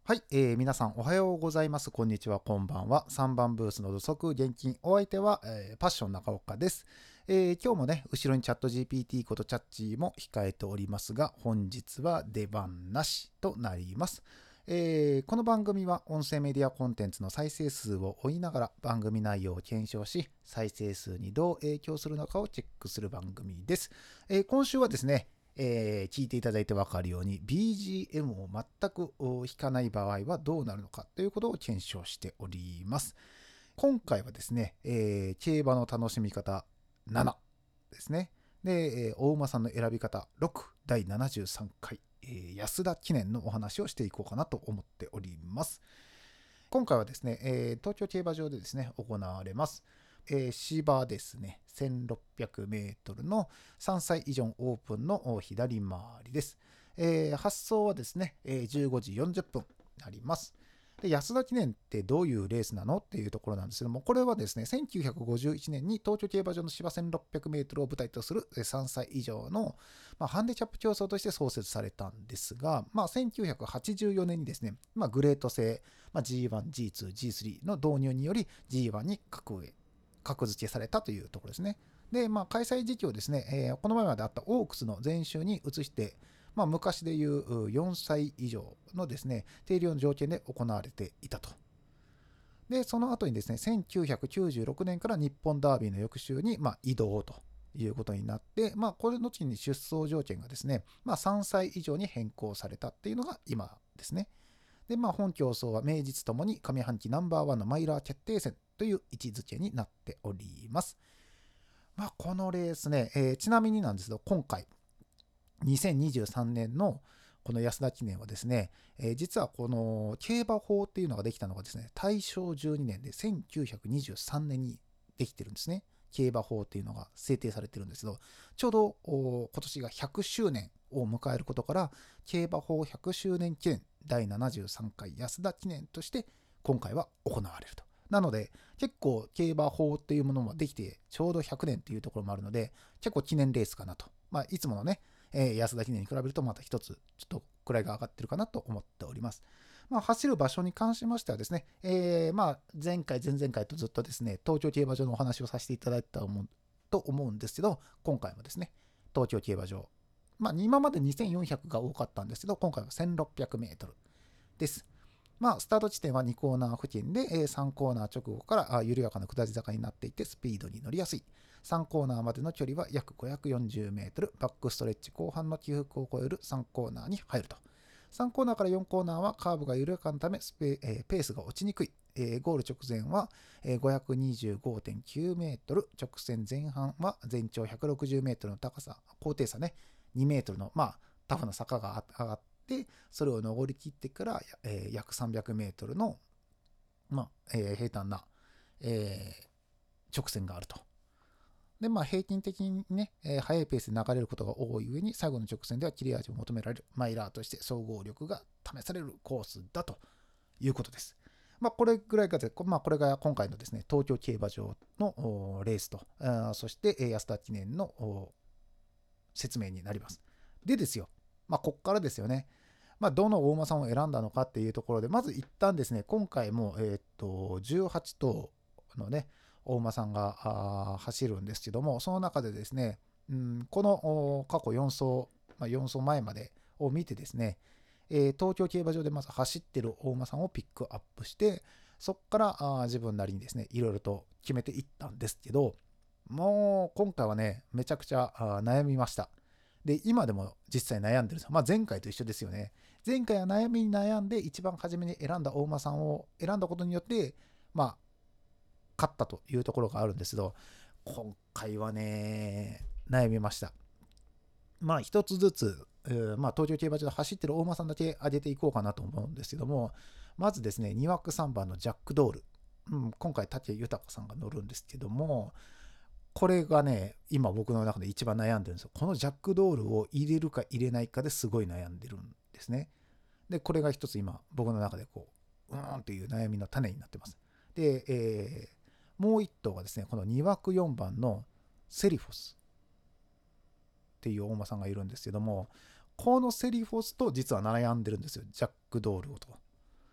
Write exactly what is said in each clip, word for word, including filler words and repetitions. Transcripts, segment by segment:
はい、えー皆さんおはようございます。こんにちは、こんばんは。さんばんブースの土足現金。お相手は、えーパッション中岡です。えー今日もね、後ろにチャット ジーピーティー ことチャッチーも控えておりますが、本日は出番なしとなります。えーこの番組は音声メディアコンテンツの再生数を追いながら番組内容を検証し、再生数にどう影響するのかをチェックする番組です。えー今週はですね、えー聞いていただいて分かるように ビージーエム を全く弾かない場合はどうなるのかということを検証しております。今回はですね、えー競馬の楽しみ方ななですね。で、えー大馬さんの選び方ろくだいななじゅうさんかい、えー安田記念のお話をしていこうかなと思っております。今回はですね、えー東京競馬場でですね、行われます。えー芝ですね、せんろっぴゃくメートルのさんさい以上オープンの左回りです。えー発送はですね、えーじゅうごじよんじゅっぷんになります。で安田記念ってどういうレースなのっていうところなんですけども、これはですね、せんきゅうひゃくごじゅういちねんに東京競馬場の芝せんろっぴゃくメートルを舞台とするさんさい以上の、まあ、ハンディキャップ競争として創設されたんですが、まあ、せんきゅうひゃくはちじゅうよねんにですね、まあ、グレート製、まあ、ジーワン、ジーツー、ジースリー の導入により ジーワン に格上、格付けされたというところですね。で、まあ、開催時期をですね、えーこの前まであったオークスの前週に移して、まあ、昔でいうよんさい以上のですね、定量の条件で行われていたと。で、その後にですね、せんきゅうひゃくきゅうじゅうろくねんから日本ダービーの翌週に、まあ、移動ということになって、まあ、これの後に出走条件がですね、まあ、さんさい以上に変更されたっていうのが今ですね。で、まあ、本競争は名実ともに上半期ナンバーワンのマイラー決定戦という位置づけになっております。まあ、このレースね、えーちなみになんですけど、今回、にせんにじゅうさんねんのこの安田記念はですね、えー実はこの競馬法っていうのができたのがですね、大正じゅうにねんでせんきゅうひゃくにじゅうさんねんにできてるんですね。競馬法っていうのが制定されてるんですけど、ちょうど今年がひゃくしゅうねんを迎えることから、競馬法ひゃくしゅうねん記念だいななじゅうさんかい安田記念として今回は行われると。なので、結構競馬法っていうものもできてちょうどひゃくねんっていうところもあるので、結構記念レースかなと。まあ、いつものね、えー安田記念に比べるとまた一つちょっと位が上がってるかなと思っております。まあ、走る場所に関しましてはですね、えーまあ前回、前々回とずっとですね、東京競馬場のお話をさせていただいたと思うと思うんですけど、今回もですね、東京競馬場、まあ、今までにせんよんひゃくが多かったんですけど、今回はせんろっぴゃくメートルです。まあ、スタート地点はにコーナー付近で、さんコーナー直後から緩やかな下り坂になっていて、スピードに乗りやすい。さんコーナーまでの距離は約ごひゃくよんじゅうメートル、バックストレッチ後半の起伏を超えるさんコーナーに入ると。さんコーナーからよんコーナーはカーブが緩やかなためスペ、えーペースが落ちにくい。えーゴール直前は、えー、ごひゃくにじゅうごてんきゅうメートル、直線前半は全長ひゃくろくじゅうメートルの高さ、高低差ね、にメートルの、まあ、タフな坂が上がって、それを登り切ってから、えー約さんびゃくメートルの、まあえー平坦な、えー直線があると。で、まあ、平均的にね、えー速いペースで流れることが多い上に、最後の直線では切れ味を求められるマイラーとして総合力が試されるコースだということです。まあ、これぐらいが、まあ、これが今回のですね、東京競馬場のレースと、そして安田記念の説明になります。でですよ、まあ、こっからですよね。まあ、どの大馬さんを選んだのかっていうところで、まず一旦ですね、今回も、えーっと、じゅうはち頭のね、大馬さんが走るんですけども、その中でですね、うん、この過去よん走、まあ、よん走前までを見てですね、えー東京競馬場でまず走ってる大馬さんをピックアップして、そこからあ自分なりにですね、いろいろと決めていったんですけど、もう今回はね、めちゃくちゃあ悩みました。で、今でも実際悩んでるんですよ。まあ、前回と一緒ですよね。前回は悩みに悩んで、一番初めに選んだ大馬さんを選んだことによって、まあ、勝ったというところがあるんですけど、今回はね、悩みました。まあ、一つずつ、えーまあ、東京競馬場で走ってる大馬さんだけ上げていこうかなと思うんですけども、まずですね、に枠さんばんのジャックドール。うん、今回、武豊さんが乗るんですけども、これがね、今僕の中で一番悩んでるんですよ。このジャックドールを入れるか入れないかですごい悩んでるんですね。で、これが一つ今、僕の中でこう、うーんっていう悩みの種になってます。で、えーもう一頭がですね、このに枠よんばんのセリフォスっていう大馬さんがいるんですけども、このセリフォスと実は悩んでるんですよ、ジャックドールをと。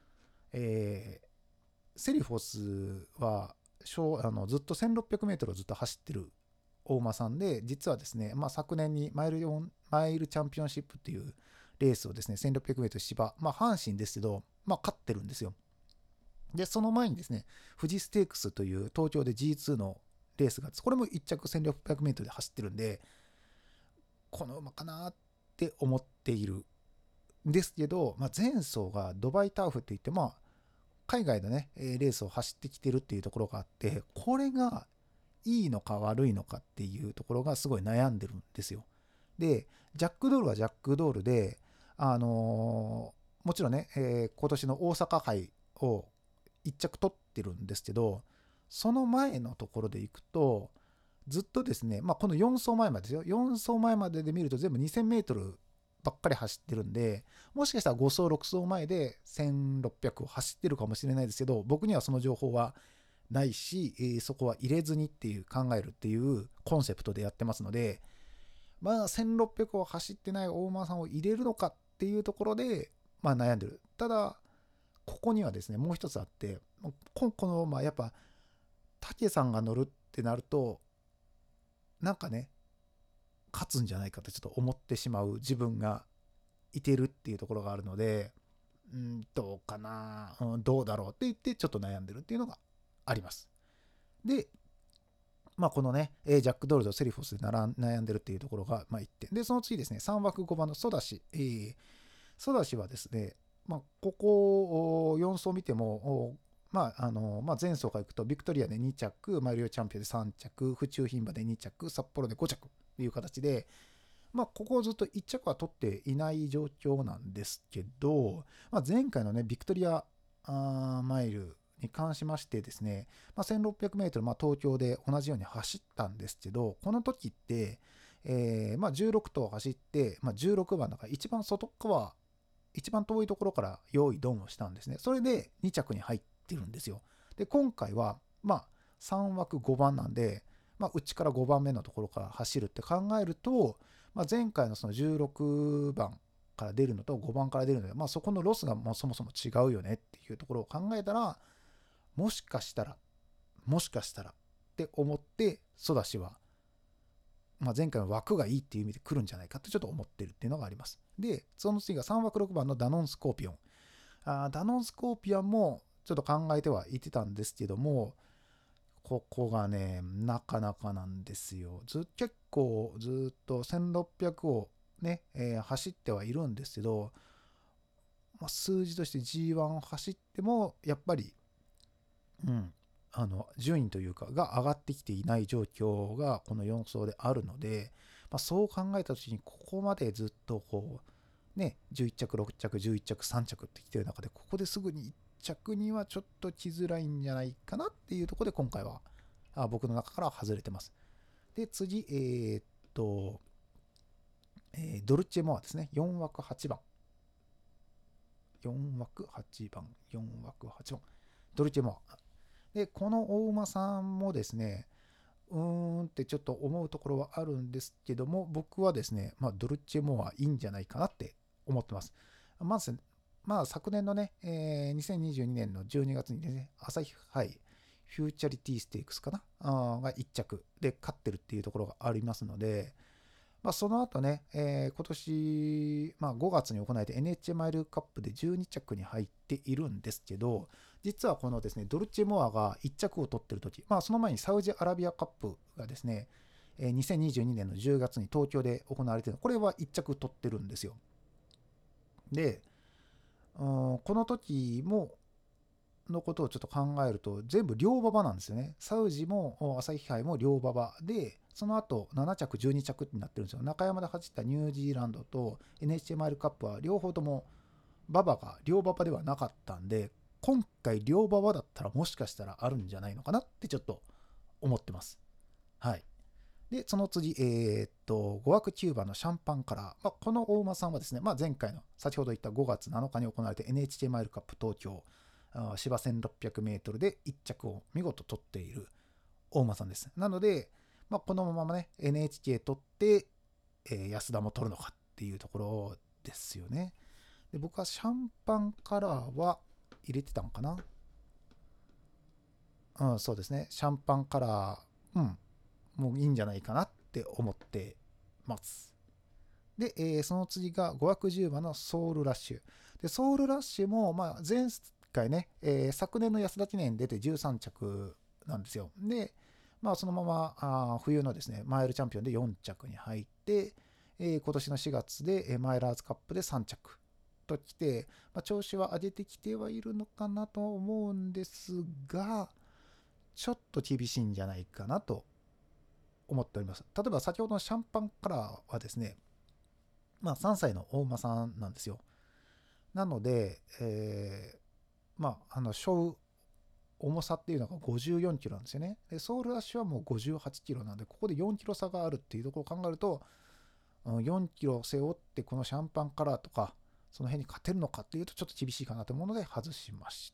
えーセリフォスはあのずっと せんろっぴゃくメートル をずっと走ってる大馬さんで、実はですね、まあ、昨年にマイルよんマイルチャンピオンシップっていうレースをですね せんろっぴゃくメートル 芝、まあ、阪神ですけど、まあ、勝ってるんですよ。でその前にですね、富士ステークスという東京で ジーツー のレースがあって、これもいっ着 せんろっぴゃくメートル で走ってるんで、この馬かなって思っているんですけど、まあ、前走がドバイターフって言って、まあ、海外のね、レースを走ってきてるっていうところがあって、これがいいのか悪いのかっていうところがすごい悩んでるんですよ。で、ジャックドールはジャックドールで、あのーもちろんね、えー今年の大阪杯をいっ着取ってるんですけど、その前のところでいくと、ずっとですね、まあ、このよん走前までですよ。よん走前までで見ると全部にせんメートルばっかり走ってるんで、もしかしたらご走、ろく走前でせんろっぴゃくを走ってるかもしれないですけど、僕にはその情報はないし、えーそこは入れずにっていう考えるっていうコンセプトでやってますので、まあせんろっぴゃくを走ってない大馬さんを入れるのかっていうところで、まあ悩んでる。ただ、ここにはですね、もう一つあって、ここの、まあやっぱ、武さんが乗るってなると、なんかね、勝つんじゃないかとちょっと思ってしまう自分がいてるっていうところがあるので、うん、どうかな、うん、どうだろうって言ってちょっと悩んでるっていうのがあります。で、まあこのね、ジャック・ドールとセリフォスで悩んでるっていうところがまあいってん。で、その次ですね、さん枠ごばんのソダシ。えー、ソダシはですね、まあここよん走見ても、まああのまあ、前走からいくと、ビクトリアでに着、マイルチャンピオンでさん着、府中牝馬でに着、札幌でご着という形で、まあ、ここをずっといっ着は取っていない状況なんですけど、まあ、前回のね、ビクトリアマイルに関しましてですね、まあ、せんろっぴゃくメートル、まあ、東京で同じように走ったんですけど、この時って、えーまあ、じゅうろく頭走って、まあ、じゅうろくばんだから一番外側、一番遠いところから用意ドンをしたんですね。それでに着に入ってるんですよ。で、今回は、まあ、さん枠ごばんなんで、まあ、内からごばんめのところから走るって考えると、まあ、前回のそのじゅうろくばんから出るのとごばんから出るので、まあ、そこのロスがもうそもそも違うよねっていうところを考えたら、もしかしたら、もしかしたらって思って、ソダシは、まあ、前回の枠がいいっていう意味で来るんじゃないかってちょっと思ってるっていうのがあります。で、その次がさん枠ろくばんのダノンスコーピオン。あダノンスコーピオンもちょっと考えてはいってたんですけども、ここがね、なかなかなんですよ。ず結構ずっとせんろっぴゃくをね、えー走ってはいるんですけど、まあ、数字として ジーワン を走っても、やっぱり、うん、あの、順位というか、が上がってきていない状況がこのよん走であるので、まあ、そう考えた時に、ここまでずっとこう、ね、じゅういっ着、ろく着、じゅういっ着、さん着ってきてる中で、ここですぐにいっ着にはちょっと来づらいんじゃないかなっていうところで、今回はあ僕の中から外れてます。で、次、えーっと、えードルチェモアですね。よん枠はちばん。よん枠はちばん。よん枠はちばん。ドルチェモア。で、この大馬さんもですね、うーんってちょっと思うところはあるんですけども、僕はですね、まあ、ドルチェモアいいんじゃないかなって思ってます。まず、まあ、昨年のね、えーにせんにじゅうにねんのじゅうにがつにね、朝日杯フューチャリティステークスかなあがいっ着で勝ってるっていうところがありますので、まあ、その後ね、えー今年、まあ、ごがつに行われて エヌエイチエー マイルカップでじゅうに着に入っているんですけど、実はこのですね、ドルチェモアがいっ着を取ってる時、まあ、その前にサウジアラビアカップがですね、えーにせんにじゅうにねんのじゅうがつに東京で行われている、これはいっ着取ってるんですよ。で、うんこの時ものことをちょっと考えると、全部両馬場なんですよね。サウジも朝日杯も両馬場で、その後なな着、じゅうに着になってるんですよ。中山で走ったニュージーランドと エヌエイチエー マイルカップは両方とも馬場が両馬場ではなかったんで、今回両馬場だったらもしかしたらあるんじゃないのかなってちょっと思ってます。はい。で、その次、えーっと、ご枠きゅうばんのシャンパンカラー。まあ、この大馬さんはですね、まあ、前回の先ほど言ったごがつなのかに行われて エヌエイチケー マイルカップ東京芝 せんろっぴゃくメートル でいっ着を見事取っている大馬さんです。なので、まあ、このままね、エヌエイチケー 取って、えー安田も取るのかっていうところですよね。で僕はシャンパンカラーは、え入れてたんかな。うん、そうですね。シャンパンカラー、うん、もういいんじゃないかなって思ってます。で、えーその次がごひゃくじゅうばんのソウルラッシュ。で、ソウルラッシュも、まあ、前回ね、えー昨年の安田記念出てじゅうさん着なんですよ。で、まあ、そのままあ冬のですね、マイルチャンピオンでよん着に入って、えー今年のしがつでマイラーズカップでさん着ときて、まあ、調子は上げてきてはいるのかなと思うんですが、ちょっと厳しいんじゃないかなと思っております。例えば先ほどのシャンパンカラーはですね、まあさんさいのお馬さんなんですよ。なので、えー、まあ、あの、背負う重さっていうのがごじゅうよんキロなんですよね。で、ソウルラッシュはもうごじゅうはちキロなんで、ここでよんキロ差があるっていうところを考えると、よんキロ背負ってこのシャンパンカラーとか、その辺に勝てるのかっていうとちょっと厳しいかなと思うので外しました。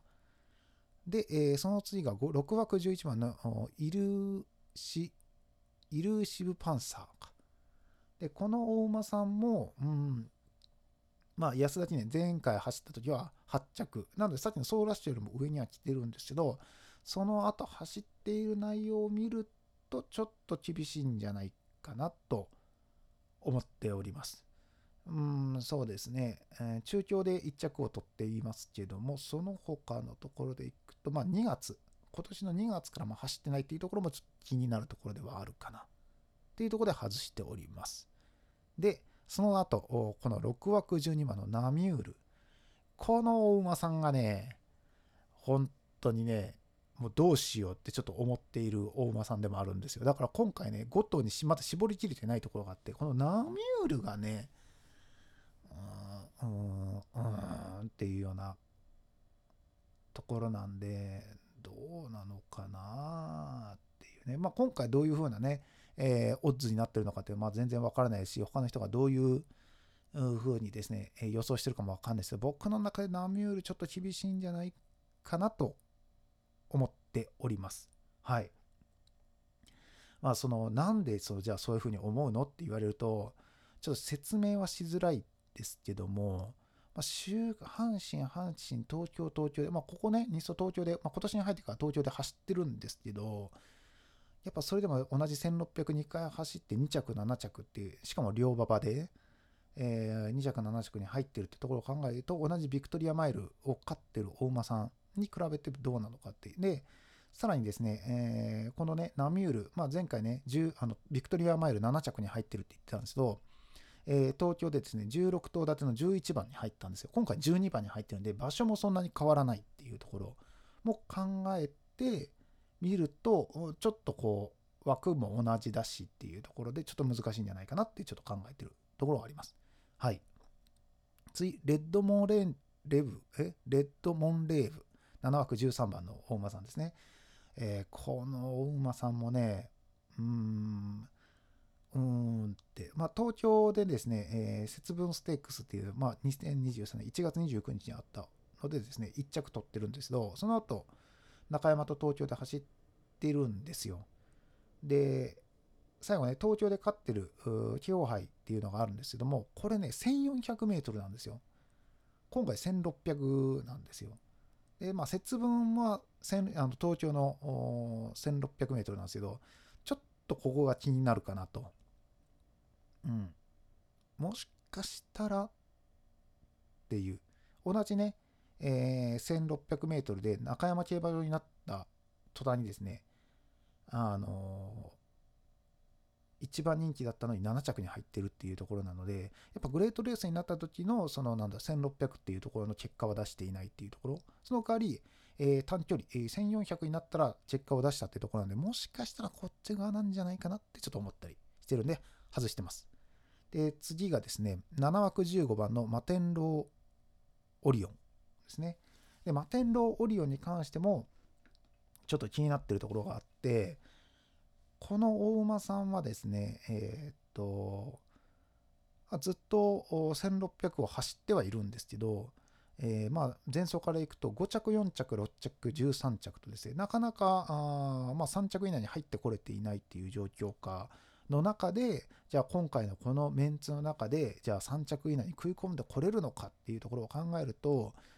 で、えーその次がろくわくじゅういちばんのイルーシ、イルーシブパンサーか。で、このお馬さんも、うん、まあ、安田記念、前回走った時ははち着。なので、さっきのソーラッシュよりも上には来てるんですけど、その後走っている内容を見ると、ちょっと厳しいんじゃないかなと思っております。うーん、そうですね。えー中京でいっ着を取っていますけども、その他のところでいくと、まあ、にがつ、今年のにがつからまあ走ってないっていうところもちょっと気になるところではあるかなっていうところで外しております。で、その後、このろくわくじゅうにばんのナミュール。このお馬さんがね、本当にね、もうどうしようってちょっと思っているお馬さんでもあるんですよ。だから今回ね、ご頭にまだ絞りきれてないところがあって、このナミュールがね、うーん、うーんっていうようなところなんで、どうなのかなっていうね。まあ今回どういう風なね、えーオッズになってるのかって、まあ全然わからないし、他の人がどういう風にですね、予想してるかもわかんないですけど、僕の中でナミュールちょっと厳しいんじゃないかなと思っております。はい。まあその、なんでそう、じゃあそういう風に思うのって言われると、ちょっと説明はしづらいですけども、まあ、週阪神、阪神、東京、東京で、まあ、ここね、日走東京で、まあ、今年に入ってから東京で走ってるんですけど、やっぱそれでも同じせんろっぴゃくにかい走ってに着、なな着っていう、しかも両馬場で、えー、に着、なな着に入ってるってところを考えると、同じビクトリアマイルを勝ってるお馬さんに比べてどうなのかって。で、さらにですね、えーこのね、ナミュール、まあ、前回ね、じゅうあのビクトリアマイルなな着に入ってるって言ってたんですけど、えー東京でですね、じゅうろく頭立てのじゅういちばんに入ったんですよ。今回じゅうにばんに入ってるんで、場所もそんなに変わらないっていうところも考えてみると、ちょっとこう、枠も同じだしっていうところで、ちょっと難しいんじゃないかなってちょっと考えてるところがあります。はい。次、レッドモンレーレブ、えレッドモンレーブ。ななわくじゅうさんばんの大馬さんですね。えーこの大馬さんもね、うーん、うーんって、まあ、東京でですね、えー節分ステークスっていう、まあ、にせんにじゅうさんねんいちがつにじゅうくにちにあったのでですね、いっ着取ってるんですけど、その後、中山と東京で走ってるんですよ。で、最後ね、東京で勝ってる、気泡杯っていうのがあるんですけども、これね、せんよんひゃくメートルなんですよ。今回せんろっぴゃくなんですよ。で、まあ、節分はあの東京のせんろっぴゃくメートルなんですけど、ちょっとここが気になるかなと。うん。もしかしたらっていう、同じね、えー、せんろっぴゃくメートルで中山競馬場になった途端にですね、あのー、一番人気だったのになな着に入ってるっていうところなので、やっぱグレートレースになった時の、そのなんだ、せんろっぴゃくっていうところの結果は出していないっていうところ、その代わり、えー短距離、えーせんよんひゃくになったら結果を出したっていうところなんで、もしかしたらこっち側なんじゃないかなってちょっと思ったりしてるんで、外してます。で、次がですね、ななわくじゅうごばんのマテンローオリオンですね。で、マテンローオリオンに関しても、ちょっと気になってるところがあって、この大馬さんはですね、えーっと、ずっとせんろっぴゃくを走ってはいるんですけど、えーまあ前走からいくとご着、よん着、ろっ着、じゅうさん着とですね、なかなかあまあさん着以内に入ってこれていないっていう状況下の中で、じゃあ今回のこのメンツの中で、じゃあさん着以内に食い込んでこれるのかっていうところを考えると、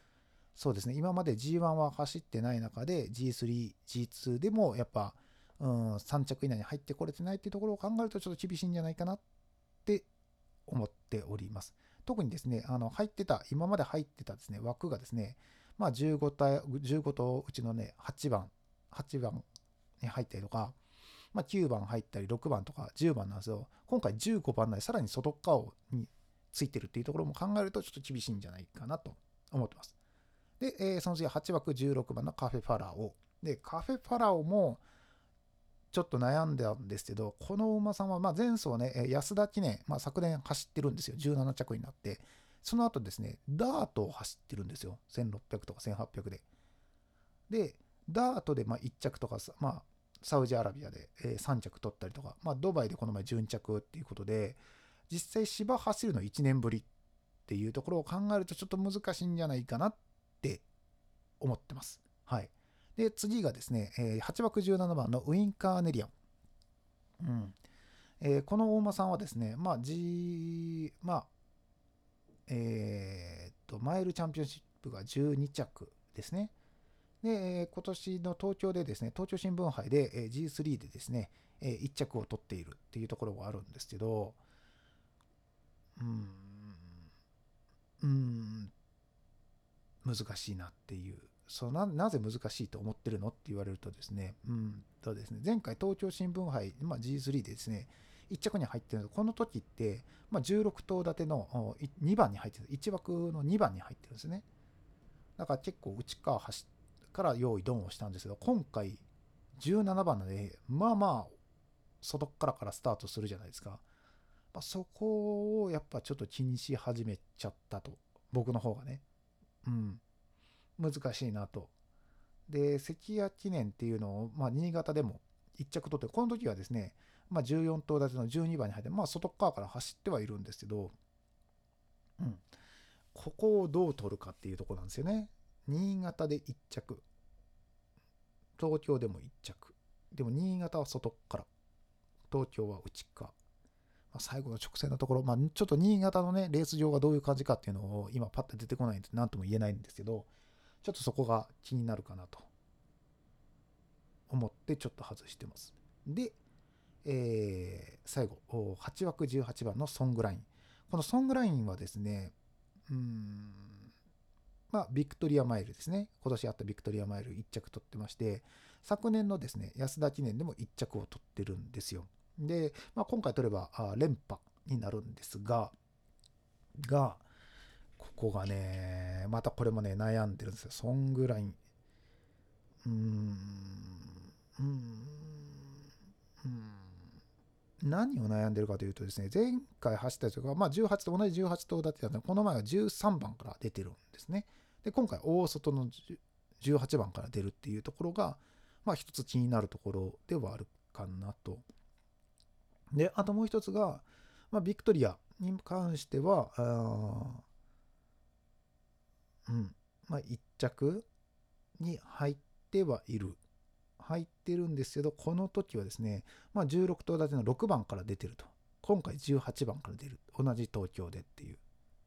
そうですね、今まで ジーワン は走ってない中で ジースリー、ジーツー でもやっぱ、うん、さん着以内に入ってこれてないっていうところを考えるとちょっと厳しいんじゃないかなって思っております。特にですね、あの入ってた、今まで入ってたですね、枠がですね、まあじゅうごたい、じゅうご頭うちのね、はちばん、はちばんに入ったりとか、まあ、きゅうばん入ったりろくばんとかじゅうばんなんですよ。今回じゅうごばん内、さらに外側についてるっていうところも考えるとちょっと厳しいんじゃないかなと思ってます。で、えーその次ははち枠じゅうろくばんのカフェファラオ。で、カフェファラオもちょっと悩んだんですけど、この馬さんはまあ前走ね、安田記念、まあ、昨年走ってるんですよ。じゅうなな着になって。その後ですね、ダートを走ってるんですよ。せんろっぴゃくとかせんはっぴゃくで。で、ダートでまあいっ着とか、まあ、サウジアラビアでさん着取ったりとか、まあ、ドバイでこの前じゅうに着っていうことで、実際芝走るのいちねんぶりっていうところを考えるとちょっと難しいんじゃないかなって思ってます。はい。で、次がですね、えーはち枠じゅうななばんのウィンカーネリアン。うんえーこの大馬さんはですね、まあ、G、まあ、えーっと、マイルチャンピオンシップがじゅうに着ですね。で、えー今年の東京でですね、東京新聞杯で、えー ジースリー でですね、えーいっ着を取っているっていうところがあるんですけど、うーん、うーん、難しいなっていう。そうななぜ難しいと思ってるのって言われるとですね、うんとですね、前回東京新聞杯、まあ、ジースリー でですね、いっ着に入ってるんです。この時って、まあ、じゅうろく頭立てのにばんに入ってる、いち枠のにばんに入ってるんですね。だから結構内側走から用意ドンをしたんですけど、今回じゅうななばんなので、まあまあ、外からからスタートするじゃないですか。まあ、そこをやっぱちょっと気にし始めちゃったと。僕の方がね。うん。難しいなと。で、関谷記念っていうのを、まあ、新潟でもいっ着取って、この時はですね、まあ、じゅうよん頭立てのじゅうにばんに入って、まあ、外側から走ってはいるんですけど、うん。ここをどう取るかっていうところなんですよね。新潟でいっ着。東京でもいっ着。でも新潟は外から。東京は内側。まあ、最後の直線のところ、まあ、ちょっと新潟のね、レース場がどういう感じかっていうのを今パッと出てこないんで何とも言えないんですけど、ちょっとそこが気になるかなと思ってちょっと外してます。で、えー最後、はち枠じゅうはちばんのソングライン。このソングラインはですね、うーん、まあ、ビクトリアマイルですね。今年あったビクトリアマイルいっ着取ってまして、昨年のですね、安田記念でもいっ着を取ってるんですよ。で、まあ、今回取ればあ連覇になるんですが、が、ここがね、またこれもね、悩んでるんですよ。ソングライン。うーん、うーん、うーん。何を悩んでるかというとですね、前回走ったやつが、まあ、じゅうはちと同じじゅうはち頭だってたので、この前はじゅうさんばんから出てるんですね。で、今回大外のじゅうはちばんから出るっていうところが、まあ一つ気になるところではあるかなと。で、あともう一つが、まあ、ビクトリアに関しては、あうん、まあいっ着に入ってはいる。入ってるんですけど、この時はですね、まあ、じゅうろく頭立てのろくばんから出てると。今回じゅうはちばんから出る。同じ東京でっていう。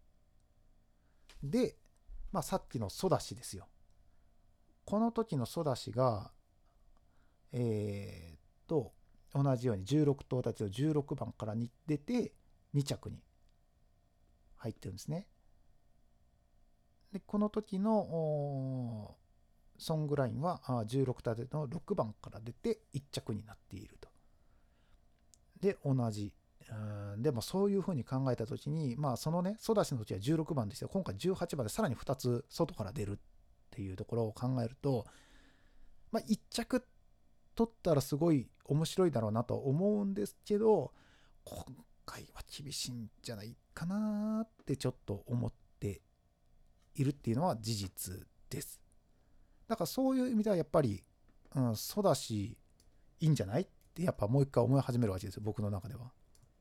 で、まあ、さっきのソダシですよ。この時のソダシが、えー、っと、同じようにじゅうろく頭立ちのじゅうろくばんからに出てに着に入ってるんですね。で、この時のソングラインはじゅうろく立てのろくばんから出ていっ着になっていると。で、同じ。うんでもそういうふうに考えたときに、まあそのね、ソダシの時はじゅうろくばんですよ。今回じゅうはちばんでさらにふたつ外から出るっていうところを考えると、まあいっ着取ったらすごい面白いだろうなと思うんですけど、今回は厳しいんじゃないかなってちょっと思っているっていうのは事実です。だからそういう意味ではやっぱり、うん、ソダシいいんじゃないってやっぱもう一回思い始めるわけですよ、僕の中では。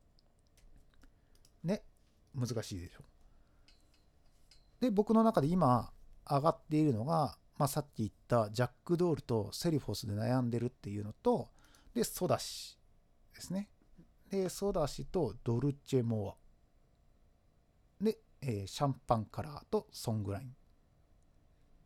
ね、難しいでしょ。で、僕の中で今上がっているのが、まあ、さっき言ったジャックドールとセリフォスで悩んでるっていうのと、で、ソダシですね。で、ソダシとドルチェモア。で、えーシャンパンカラーとソングライン。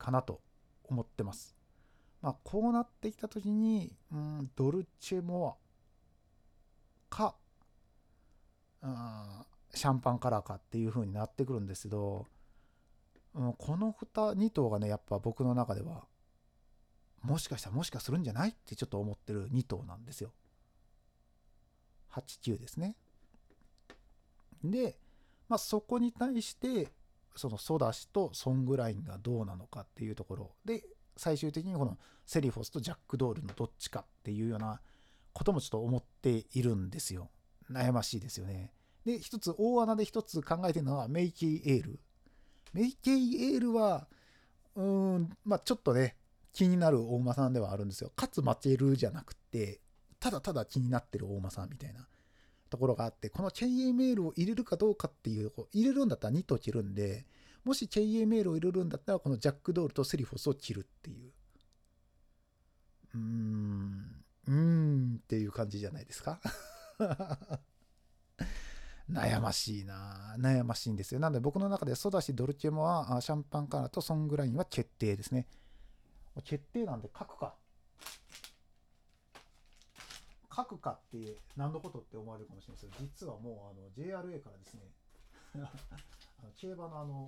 かなと思ってます。まあ、こうなってきたときに、うん、ドルチェモアか、うん、シャンパンカラーかっていう風になってくるんですけど、うん、このに頭がね、やっぱ僕の中では、もしかしたらもしかするんじゃないってちょっと思ってるに頭なんですよ。はち、きゅうですね。で、まあ、そこに対して、そのソダシとソングラインがどうなのかっていうところで、最終的にこのセリフォスとジャックドールのどっちかっていうようなこともちょっと思っているんですよ。悩ましいですよね。で、一つ大穴で一つ考えてるのはメイケイエール。メイケイエールは、うーん、まあちょっとね、気になる大間さんではあるんですよ。勝つ負けるじゃなくて、ただただ気になってる大間さんみたいなところがあって、この ケーエムエル を入れるかどうかっていう、入れるんだったらに頭切るんで、もし ケーエムエル を入れるんだったら、このジャックドールとセリフォスを切るっていう。うーん、うーんっていう感じじゃないですか。悩ましいな悩ましいんですよ。なので僕の中でソダシ、ドルチェモはシャンパンカラーとソングラインは決定ですね。決定なんで書くか。書くかって何のことって思われるかもしれないですけど、実はもうあの ジェイアールエー からですね、あの競馬のあの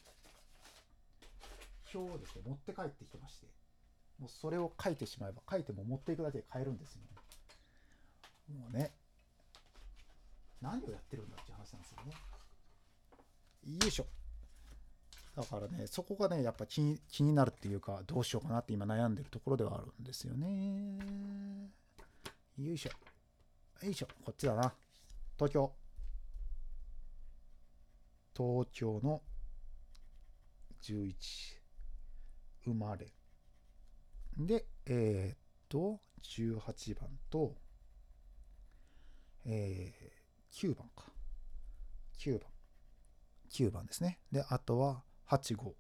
表をですね、持って帰ってきてまして、もうそれを書いてしまえば、書いても持っていくだけで買えるんですよね。もうね、何をやってるんだっていう話なんですよね。よいしょ。だからね、そこがね、やっぱ気に気になるっていうか、どうしようかなって今悩んでるところではあるんですよね。よいしょ。よいしょ。こっちだな。東京。東京のじゅういち。生まれ。で、えー、っと、じゅうはちばんと、えー、きゅうばんか。きゅうばん。きゅうばんですね。で、あとははち、ご。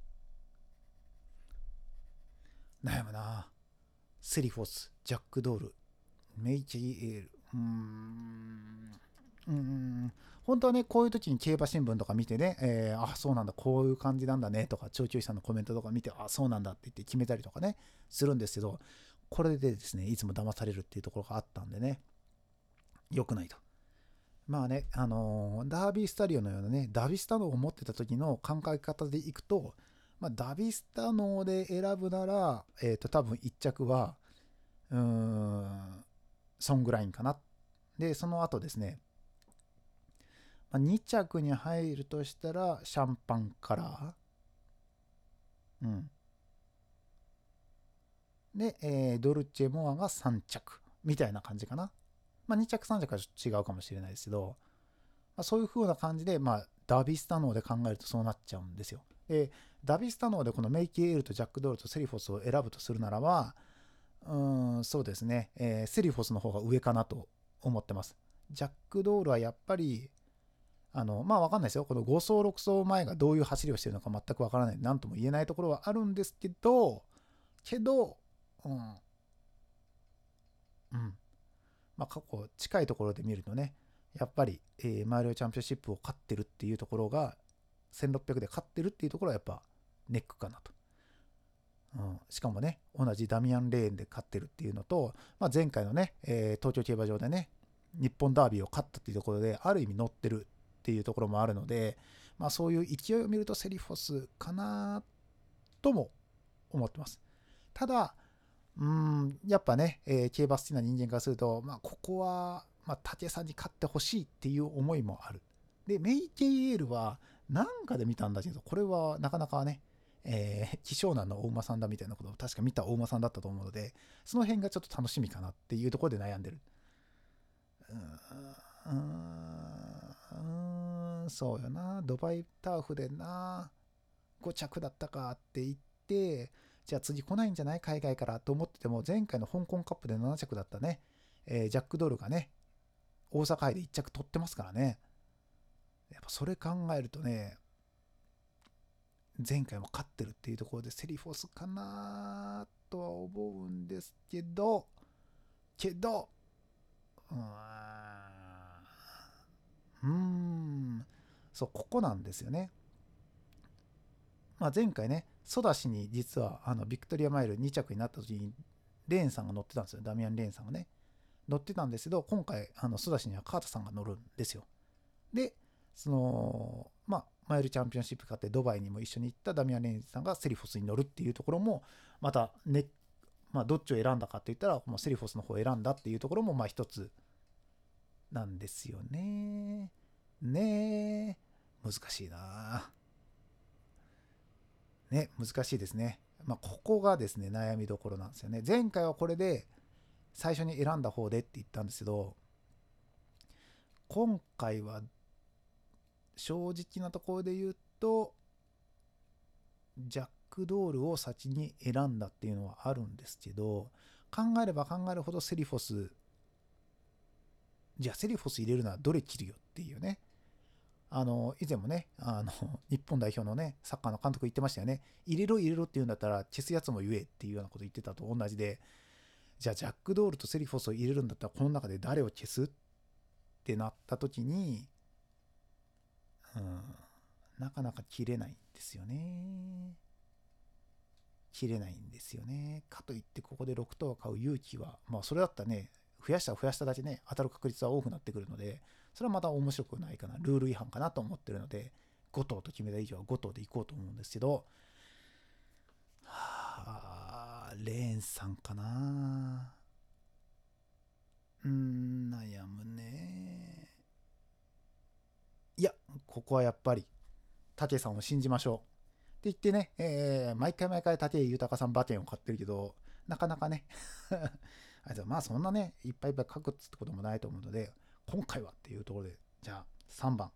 悩むな。セリフォス、ジャックドール、メイチェイエール。うーん。うーん。本当はね、こういう時に競馬新聞とか見てね、えー、あ、そうなんだ、こういう感じなんだねとか、長距離さんのコメントとか見て、あ、そうなんだって言って決めたりとかね、するんですけど、これでですね、いつも騙されるっていうところがあったんでね、良くないと。まあね、あのーダービースタリオのようなね、ダビスタノーを持ってた時の考え方でいくと、まあ、ダビスタノーで選ぶなら、えっ、と、多分いっ着は、うーん、ソングラインかな。で、その後ですね、まあ、に着に入るとしたら、シャンパンカラー。うん。で、えードルチェモアがさん着。みたいな感じかな。まあ、に着さん着はちょっと違うかもしれないですけど、まあ、そういう風な感じで、まあ、ダビスタノーで考えるとそうなっちゃうんですよ。で、ダビスタノーでこのメイキーエールとジャック・ドールとセリフォスを選ぶとするならば、うーん、そうですね、えーセリフォスの方が上かなと思ってます。ジャック・ドールはやっぱり、あの、まあわかんないですよ。このご走、ろく走前がどういう走りをしてるのか全くわからない。なんとも言えないところはあるんですけど、けど、うん、うん。まあ過去近いところで見るとね、やっぱり、えーマイルチャンピオンシップを勝ってるっていうところが、せんろっぴゃくで勝ってるっていうところはやっぱネックかなと。うん、しかもね、同じダミアンレーンで勝ってるっていうのと、まあ、前回のね、えー東京競馬場でね、日本ダービーを勝ったっていうところで、ある意味乗ってるっていうところもあるので、まあ、そういう勢いを見るとセリフォスかなとも思ってます。ただ、うーん、やっぱね、えー競馬好きな人間からすると、まあ、ここは、まあ、武さんに勝ってほしいっていう思いもある。で、メイケイエールは、なんかで見たんだけど、これはなかなかね、えー、希少なの大馬さんだみたいなことを確か見た大馬さんだったと思うので、その辺がちょっと楽しみかなっていうところで悩んでる。うーん、うーんそうよな。ドバイターフでな、ご着だったかって言って、じゃあ次来ないんじゃない海外からと思ってても、前回の香港カップでなな着だったね、えージャック・ドールがね、大阪杯でいっ着取ってますからね。やっぱそれ考えるとね、前回も勝ってるっていうところでセリフォスかなとは思うんですけど、けど、うーん、うーんそう、ここなんですよね。まあ、前回ね、 ソダシに実はあのビクトリアマイルに着になった時にレーンさんが乗ってたんですよ。ダミアン・レーンさんがね乗ってたんですけど、今回あのソダシにはカータさんが乗るんですよ。でそのまあマイルチャンピオンシップ勝ってドバイにも一緒に行ったダミアン・レーンさんがセリフォスに乗るっていうところもまたね、まあどっちを選んだかって言ったらもうセリフォスの方を選んだっていうところもまあ一つなんですよね。ねえ難しいなね、難しいですね。まあ、ここがですね、悩みどころなんですよね。前回はこれで最初に選んだ方でって言ったんですけど、今回は正直なところで言うと、ジャックドールを先に選んだっていうのはあるんですけど、考えれば考えるほどセリフォス、じゃあセリフォス入れるならどれ切るよっていうね。あの以前もねあの日本代表のねサッカーの監督言ってましたよね。入れろ入れろって言うんだったら消すやつも言えっていうようなこと言ってたと同じで、じゃあジャックドールとセリフォスを入れるんだったらこの中で誰を消すってなった時に、うん、なかなか切れないんですよね。切れないんですよね。かといってここでろく頭を買う勇気は、まあそれだったらね増やしたら増やしただけね当たる確率は多くなってくるので、それはまた面白くないかな、ルール違反かなと思ってるので、ご頭と決めた以上はご頭でいこうと思うんですけど、はあ、レーンさんかな。うーん悩むね。いやここはやっぱり武さんを信じましょうって言ってね、えー毎回毎回武豊さん馬券を買ってるけど、なかなかねあでもまあそんなねいっぱいいっぱい書くってこともないと思うので、今回はっていうところでじゃあさんばん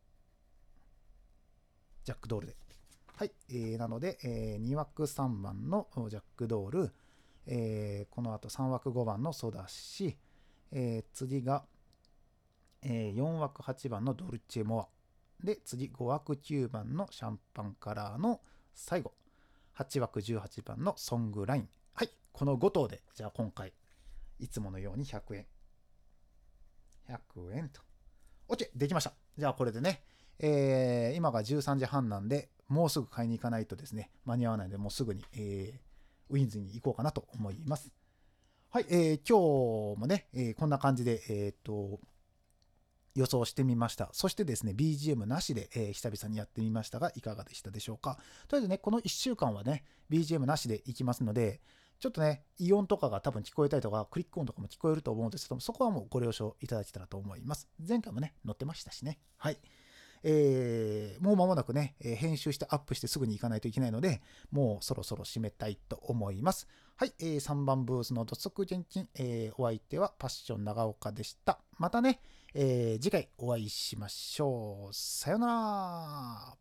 ジャックドールで、はい、えーなので、えーに枠さんばんのジャックドール、えーこの後さん枠ごばんのソダシ、えー次が、えーよん枠はちばんのドルチェモアで、次ご枠きゅうばんのシャンパンカラーの最後はち枠じゅうはちばんのソングライン。はい、このご頭でじゃあ今回いつものようにひゃくえんひゃくえんと OK できました。じゃあこれでね、えー今がじゅうさんじはんなんでもうすぐ買いに行かないとですね間に合わないので、もうすぐに、えーウィンズに行こうかなと思います。はい、えー今日もね、えーこんな感じでえっ、と予想してみました。そしてですね ビージーエム なしで、えー久々にやってみましたがいかがでしたでしょうか。とりあえずねこのいっしゅうかんはね ビージーエム なしでいきますので、ちょっとねイオンとかが多分聞こえたりとかクリック音とかも聞こえると思うんですけども、そこはもうご了承いただけたらと思います。前回もね載ってましたしね。はい、えーもう間もなくね、えー編集してアップしてすぐに行かないといけないので、もうそろそろ締めたいと思います。はい、えーさんばんブースの土足現金、えーお相手はパッション長岡でした。またね、えー次回お会いしましょう。さよなら。